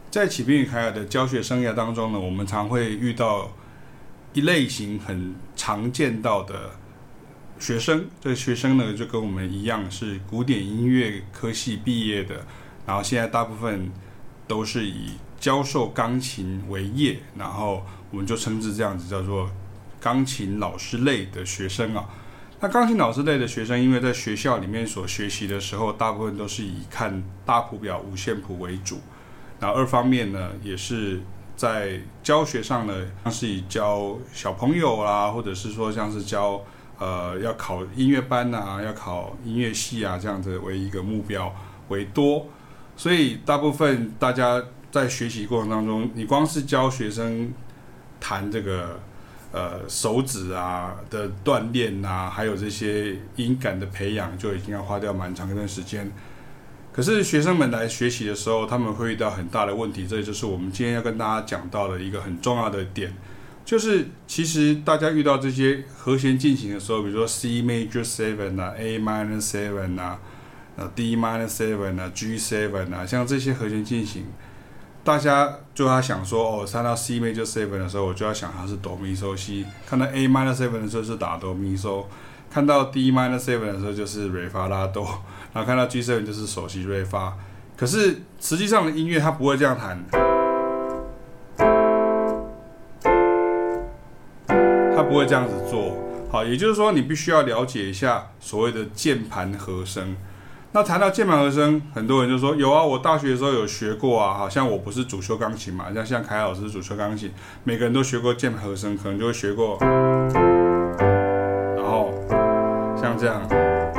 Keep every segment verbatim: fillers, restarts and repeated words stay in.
在启明与凯尔的教学生涯当中呢，我们常会遇到一类型很常见到的学生。这个学生呢，就跟我们一样是古典音乐科系毕业的，然后现在大部分都是以教授钢琴为业，然后我们就称之这样子叫做钢琴老师类的学生啊。那钢琴老师类的学生，因为在学校里面所学习的时候，大部分都是以看大谱表、五线谱为主。然后二方面呢，也是在教学上呢，像是以教小朋友啦，或者是说像是教呃要考音乐班啊，要考音乐系啊这样子为一个目标为多。所以大部分大家在学习过程当中，你光是教学生弹这个呃手指啊的锻炼啊，还有这些音感的培养，就已经要花掉蛮长一段时间。可是学生们来学习的时候，他们会遇到很大的问题，这就是我们今天要跟大家讲到的一个很重要的点，就是其实大家遇到这些和弦进行的时候，比如说 C major seven 啊 ，A minor seven 啊，呃 D minor seven 啊 ，G seven 啊，像这些和弦进行，大家就要想说，哦，看到 C major seven 的时候，我就要想它是哆咪嗦西；看到 A minor seven 的时候是打哆咪嗦；看到 D minor seven 的时候就是瑞发拉哆。然后看到 G seven 就是首席瑞发，可是实际上的音乐它不会这样弹，它不会这样子做。好，也就是说你必须要了解一下所谓的键盘和声。那谈到键盘和声，很多人就说有啊，我大学的时候有学过啊，好像我不是主修钢琴嘛，像像凯老师是主修钢琴，每个人都学过键盘和声，可能就会学过，然后像这样。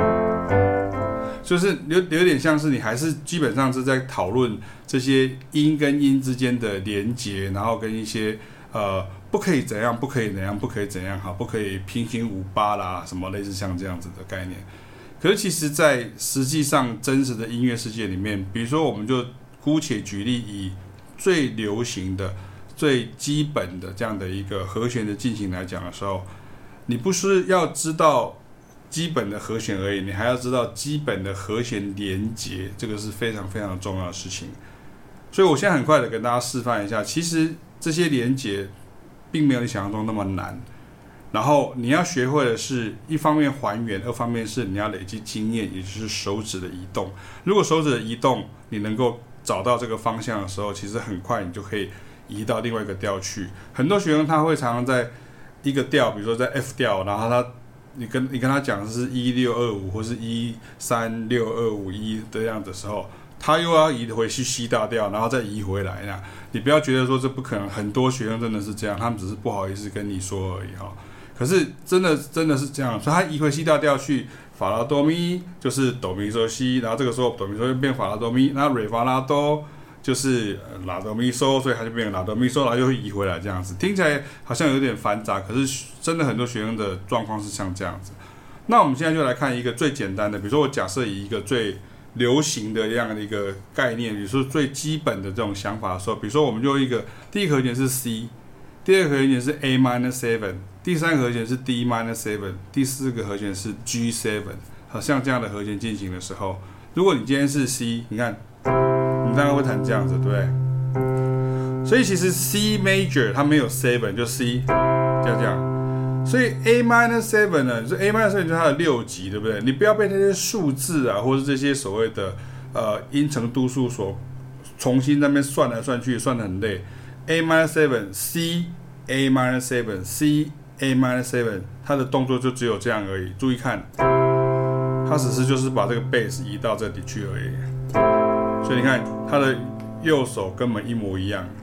就是有有点像是你还是基本上是在讨论这些音跟音之间的连结，然后跟一些呃不可以怎样，不可以怎样，不可以怎样，好，不可以平行五八啦，什么类似像这样子的概念。可是其实，在实际上真实的音乐世界里面，比如说我们就姑且举例以最流行的、最基本的这样的一个和弦的进行来讲的时候，你不是要知道基本的和弦而已，你还要知道基本的和弦连结，这个是非常非常重要的事情。所以我现在很快的跟大家示范一下，其实这些连结并没有你想象中那么难。然后你要学会的是，一方面还原，二方面是你要累积经验，也就是手指的移动。如果手指的移动你能够找到这个方向的时候，其实很快你就可以移到另外一个调去。很多学生他会常常在一个调，比如说在 F 调，然后他你跟你跟他讲的是一六二五或是一三六二五一的样子的时候，他又要移回去 C 大调，然后再移回来。那你不要觉得说这不可能，很多学生真的是这样，他们只是不好意思跟你说而已哈。可是真的真的是这样，所以他移回 C 大调去法拉多咪就是哆咪嗦西，然后这个时候哆咪嗦就变法拉多咪，那瑞法拉多就是拉哆咪嗦，所以它就变成拉哆咪嗦，然后又移回来这样子，听起来好像有点繁杂，可是真的很多学生的状况是像这样子。那我们现在就来看一个最简单的，比如说我假设以一个最流行的这样的一个概念，比如说最基本的这种想法的时候，比如说我们就用一个第一个和弦是 C， 第二个和弦是 A minor seven， 第三个和弦是 D minor seven， 第四个和弦是 G seven， 好像这样的和弦进行的时候，如果你今天是 C， 你看你大概会弹这样子，对不对？所以其实 C major 它没有 seven， 就 C 就这样。所以 A minor seven 呢，就 A minor seven 就是它的六级，对不对？你不要被那些数字啊，或者这些所谓的呃音程度数所重新在那边算来算去，算得很累。A minor seven C A minor seven C A minor seven， 它的动作就只有这样而已。注意看，它只是就是把这个 bass 移到这里去而已。所以你看，它的右手根本一模一样，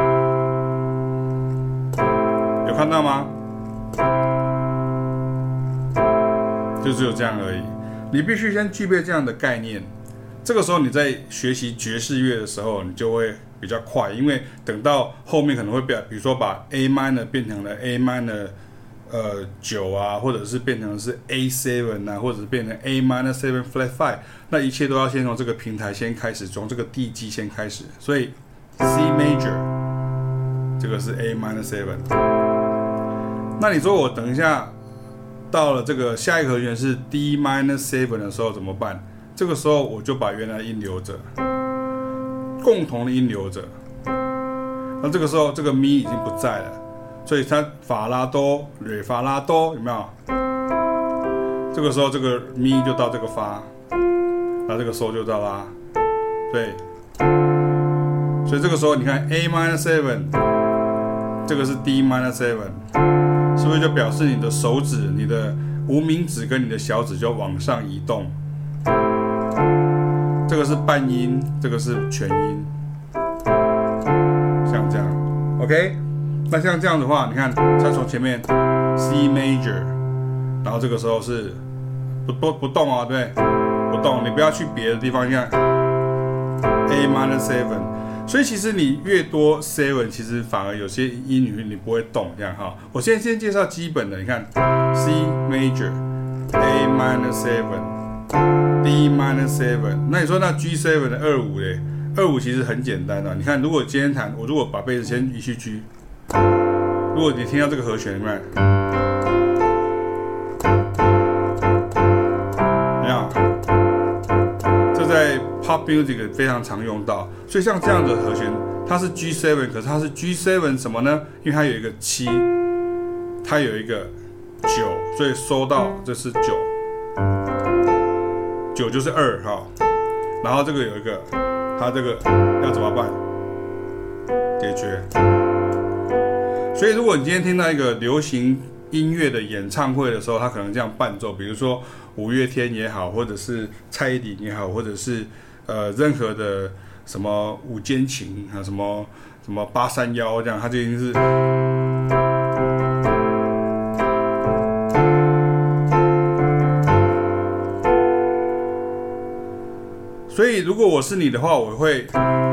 有看到吗？就只有这样而已。你必须先具备这样的概念，这个时候你在学习爵士乐的时候，你就会比较快，因为等到后面可能会变，比如说把 A minor 变成了 A minor 呃九啊，或者是变成是 A seven 啊，或者是变成 A minor seven flat five， 那一切都要先从这个平台先开始，从这个地基先开始。所以 C major 这个是 A minor seven。那你说我等一下到了这个下一个和弦是 D minor seven 的时候怎么办？这个时候我就把原来的音留着，共同的音留着， 那这个时候这个咪已经不在了，所以它法拉多、瑞法拉多有没有？这个时候这个咪就到这个发，那这个嗦就到啦，对。所以这个时候你看 A minor seven， 这个是 D minor seven， 是不是就表示你的手指、你的无名指跟你的小指就往上移动？这个是半音，这个是全音，像这样 ，OK？ 那像这样的话，你看它从前面 C major， 然后这个时候是不不不动啊，对不对？不动，你不要去别的地方，你看 A minor seven。所以其实你越多 seven， 其实反而有些音你你不会动，这样哈。我先先介绍基本的，你看 C major、A minor seven、D minor seven。那你说那 G seven 的二五嘞？二五其实很简单的，你看如果今天弹，我如果把贝斯先移去 G， 如果你听到这个和弦，有没有？你看，这在 Pop Music 非常常用到，所以像这样的和弦，它是 G seven， 可是它是 G seven 什么呢？因为它有一个七，它有一个九，所以收到这是九，九就是二哈，然后这个有一个，它这个要怎么办？解决。所以如果你今天听到一个流行音乐的演唱会的时候，它可能这样伴奏，比如说五月天也好，或者是蔡依林也好，或者是呃，任何的什么五间琴啊，什么什么八三幺这样，它就已经是，所以如果我是你的话，我会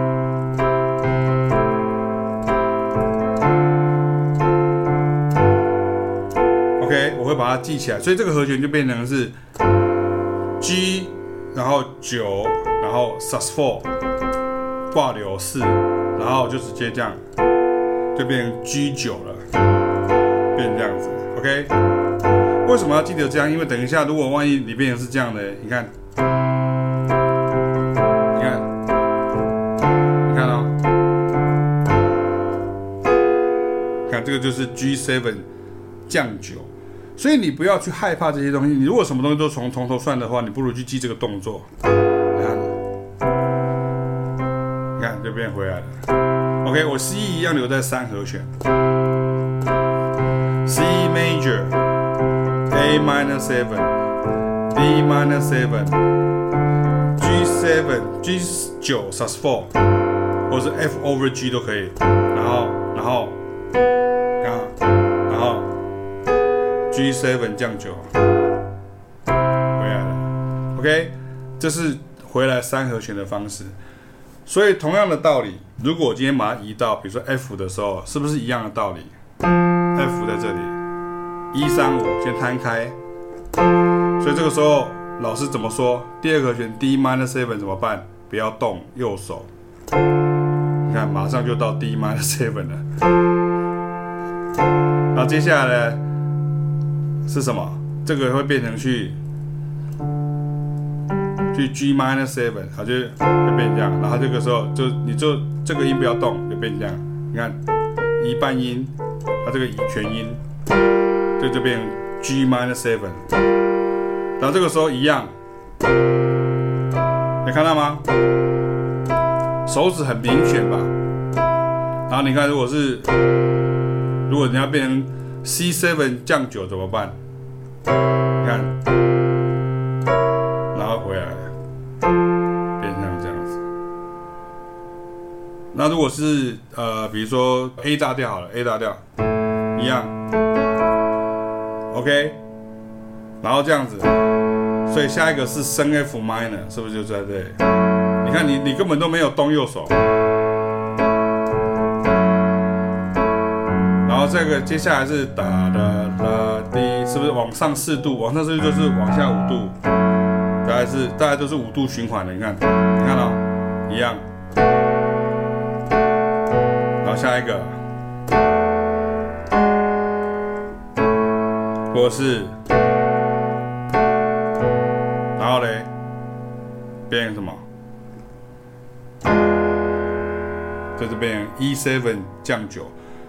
，OK， 我会把它记起来，所以这个和弦就变成是 G， 然后九。然后 sus four 挂流四，然后就直接这样，就变成 G 九了，变成这样子 ，OK？ 为什么要记得这样？因为等一下，如果万一你变成是这样的，你看，你看，你看哦，看这个就是 G seven 降九，所以你不要去害怕这些东西。你如果什么东西都从从头算的话，你不如去记这个动作。你看，就变回来了。OK， 我 C 一样留在三和弦 ，C major、A minor seven、D minor seven、G seven、G 九 sus four， 或者是 F over G 都可以。然后，然后，然后 G seven 降九，回来了。OK， 这是回来三和弦的方式。所以同样的道理，如果我今天把它移到比如说 F 的时候，是不是一样的道理 ？F 在这里，一三五先摊开，所以这个时候老师怎么说？第二个和弦 D minor seven 怎么办？不要动右手，你看马上就到 D minor seven 了。然后接下来呢是什么？这个会变成去。去 G minor seven， 它就就变这样，然后这个时候就你就这个音不要动，就变这样。你看移半音，它这个移全音，这就变 G minor seven。然后这个时候一样，你看到吗？手指很明显吧？然后你看，如果是如果你要变成 C seven 降九怎么办？你看，然后回来。变成这样子。那如果是呃，比如说 A 大调好了 ，A 大调一样 ，OK， 然后这样子，所以下一个是升 F minor， 是不是就在这里？你看你你根本都没有动右手，然后这个接下来是哒哒哒滴，是不是往上四度？往上四度就是往下五度。大概是大概都是五度循环的，你看，你看到、哦、一样，然后下一个，或者是，然后嘞，变成什么？ 在这边 E 七 降九。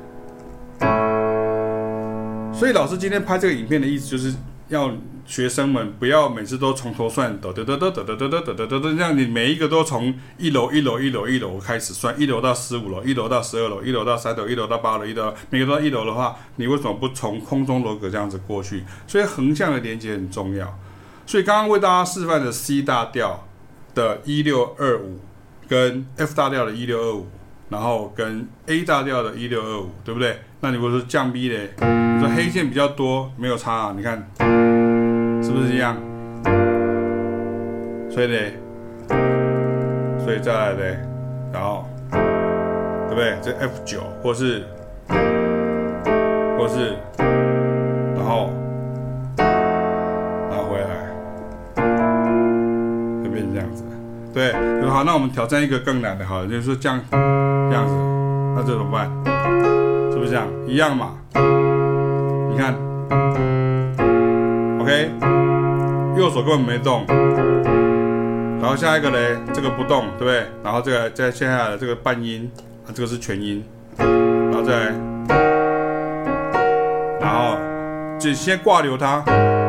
所以老师今天拍这个影片的意思就是要学生们不要每次都从头算，得得得得得得得得得得得，这样你每一个都从一楼一楼一楼一楼开始算，一楼到十五楼，一楼到十二楼，一楼到三楼，一楼到八楼，一楼每个都到一楼的话，你为什么不从空中楼阁这样子过去？所以横向的连接很重要。所以刚刚为大家示范的 C 大调的一六二五跟 F 大调的一六二五，然后跟 A 大调的一六二五，对不对？那你如果说降 B 嘞，你说黑线比较多，没有差啊，你看是不是一样？所以嘞，所以再来嘞，然后对不对？这 F 九或是或是，然后拿回来，就变成这样子。对，好，那我们挑战一个更难的，好了，就是说这样这样子，那这怎么办？是不是这样？一样嘛？你看 ，OK， 右手根本没动，然后下一个嘞，这个不动，对不对？然后这个再接下来的这个半音，啊，这个是全音，然后再来，然后就先挂留它，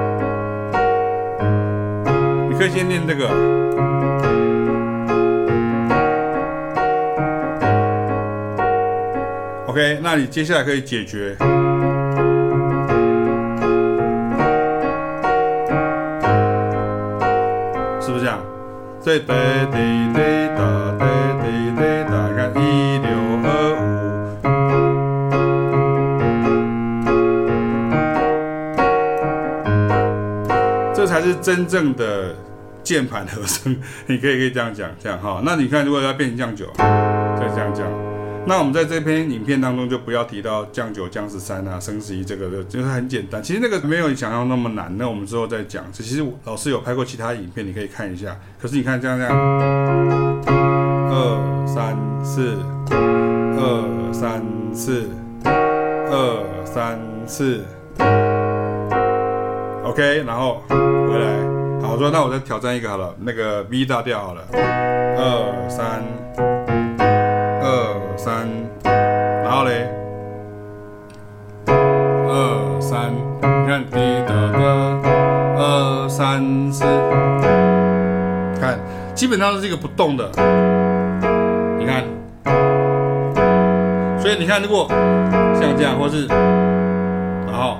你可以先念这个。OK， 那你接下来可以解决，是不是这样？对对对对哒对对对哒，你看一六二五，这才是真正的键盘和声。你可以可以这样讲，这样哈。那你看，如果要变成降九，再这样讲。那我们在这篇影片当中就不要提到降九、降十三啊、升十一，这个就是很简单。其实那个没有你想象那么难，那我们之后再讲。其实老师有拍过其他影片，你可以看一下。可是你看这样这样，二三四，二三四，二三四 ，OK， 然后回来。好，我说那我再挑战一个好了，那个 B 大调好了，二三。二三，然后嘞，二三，你看滴答答，二三四，看，基本上是一个不动的，你看，所以你看，如果像这样，或是，然后，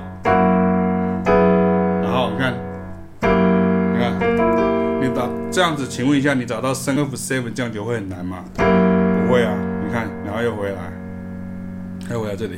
然后你看，你看，你找这样子，请问一下，你找到升 F 七 降九会很难吗？不会啊。看，然后又回来，又回来这里。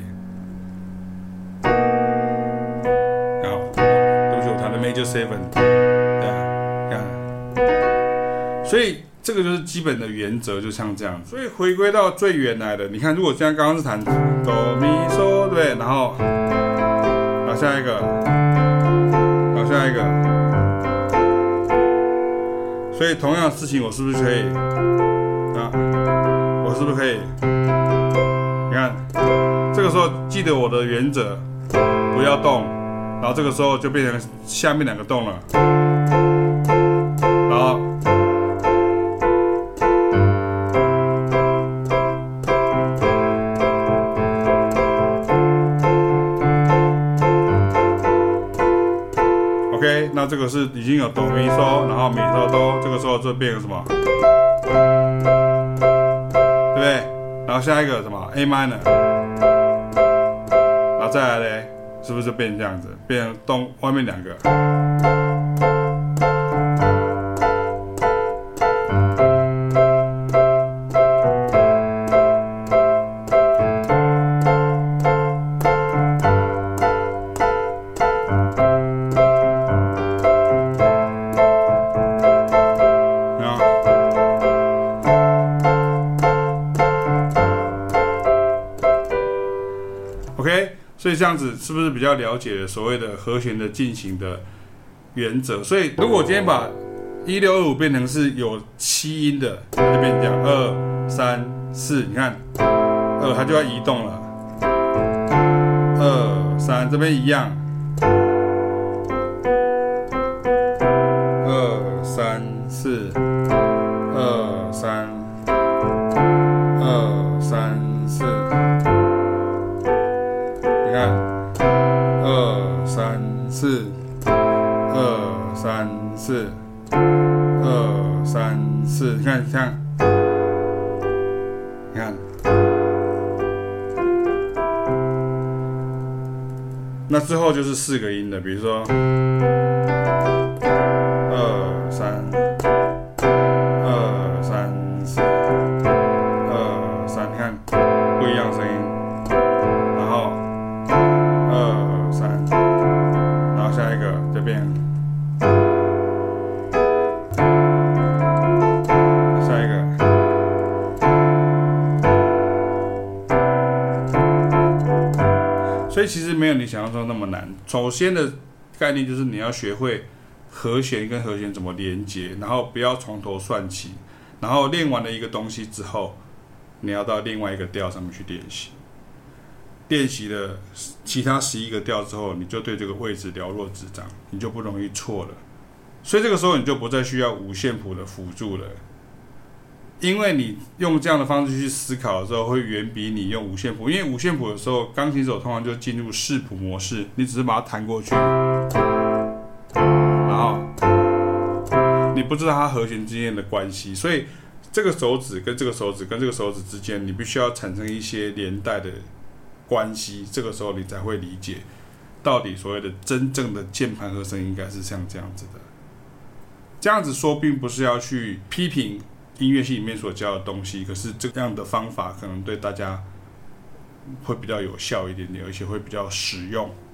好，对不起，我弹的 Major Seven， 对啊，看。所以这个就是基本的原则，就像这样。所以回归到最原来的，你看，如果像刚刚是弹哆咪嗦，对不对？然后，然后下一个，然后下一个。所以同样的事情，我是不是可以啊？我是不是可以？你看，这个时候记得我的原则，不要动，然后这个时候就变成下面两个动了，然后，OK， 那这个是已经有哆咪嗦，然后咪嗦哆，这个时候就变成什么？对不对？然后下一个什么 A minor， 然后再来嘞，是不是就变成这样子？变成动外面两个。OK， 所以这样子是不是比较了解所谓的和弦的进行的原则？所以如果我今天把一六二五变成是有七音的，就变成这样，二三四，你看二它就要移动了，二三这边一样，二三四，二三，二三。 你看，那之后就是四个音的，比如说二三二三四二三，你看不一样声音，然后二三，然后下一个这边。所以其实没有你想象中那么难。首先的概念就是你要学会和弦跟和弦怎么连接，然后不要从头算起。然后练完了一个东西之后，你要到另外一个调上面去练习。练习了其他十一个调之后，你就对这个位置了若指掌，你就不容易错了。所以这个时候你就不再需要五线谱的辅助了。因为你用这样的方式去思考的时候，会远比你用五线谱。因为五线谱的时候，钢琴手通常就进入视谱模式，你只是把它弹过去，然后你不知道它和弦之间的关系，所以这个手指跟这个手指跟这个手指之间，你必须要产生一些连带的关系，这个时候你才会理解到底所谓的真正的键盘和声应该是像这样子的。这样子说，并不是要去批评音乐系里面所教的东西，可是这样的方法可能对大家会比较有效一点点，而且会比较实用。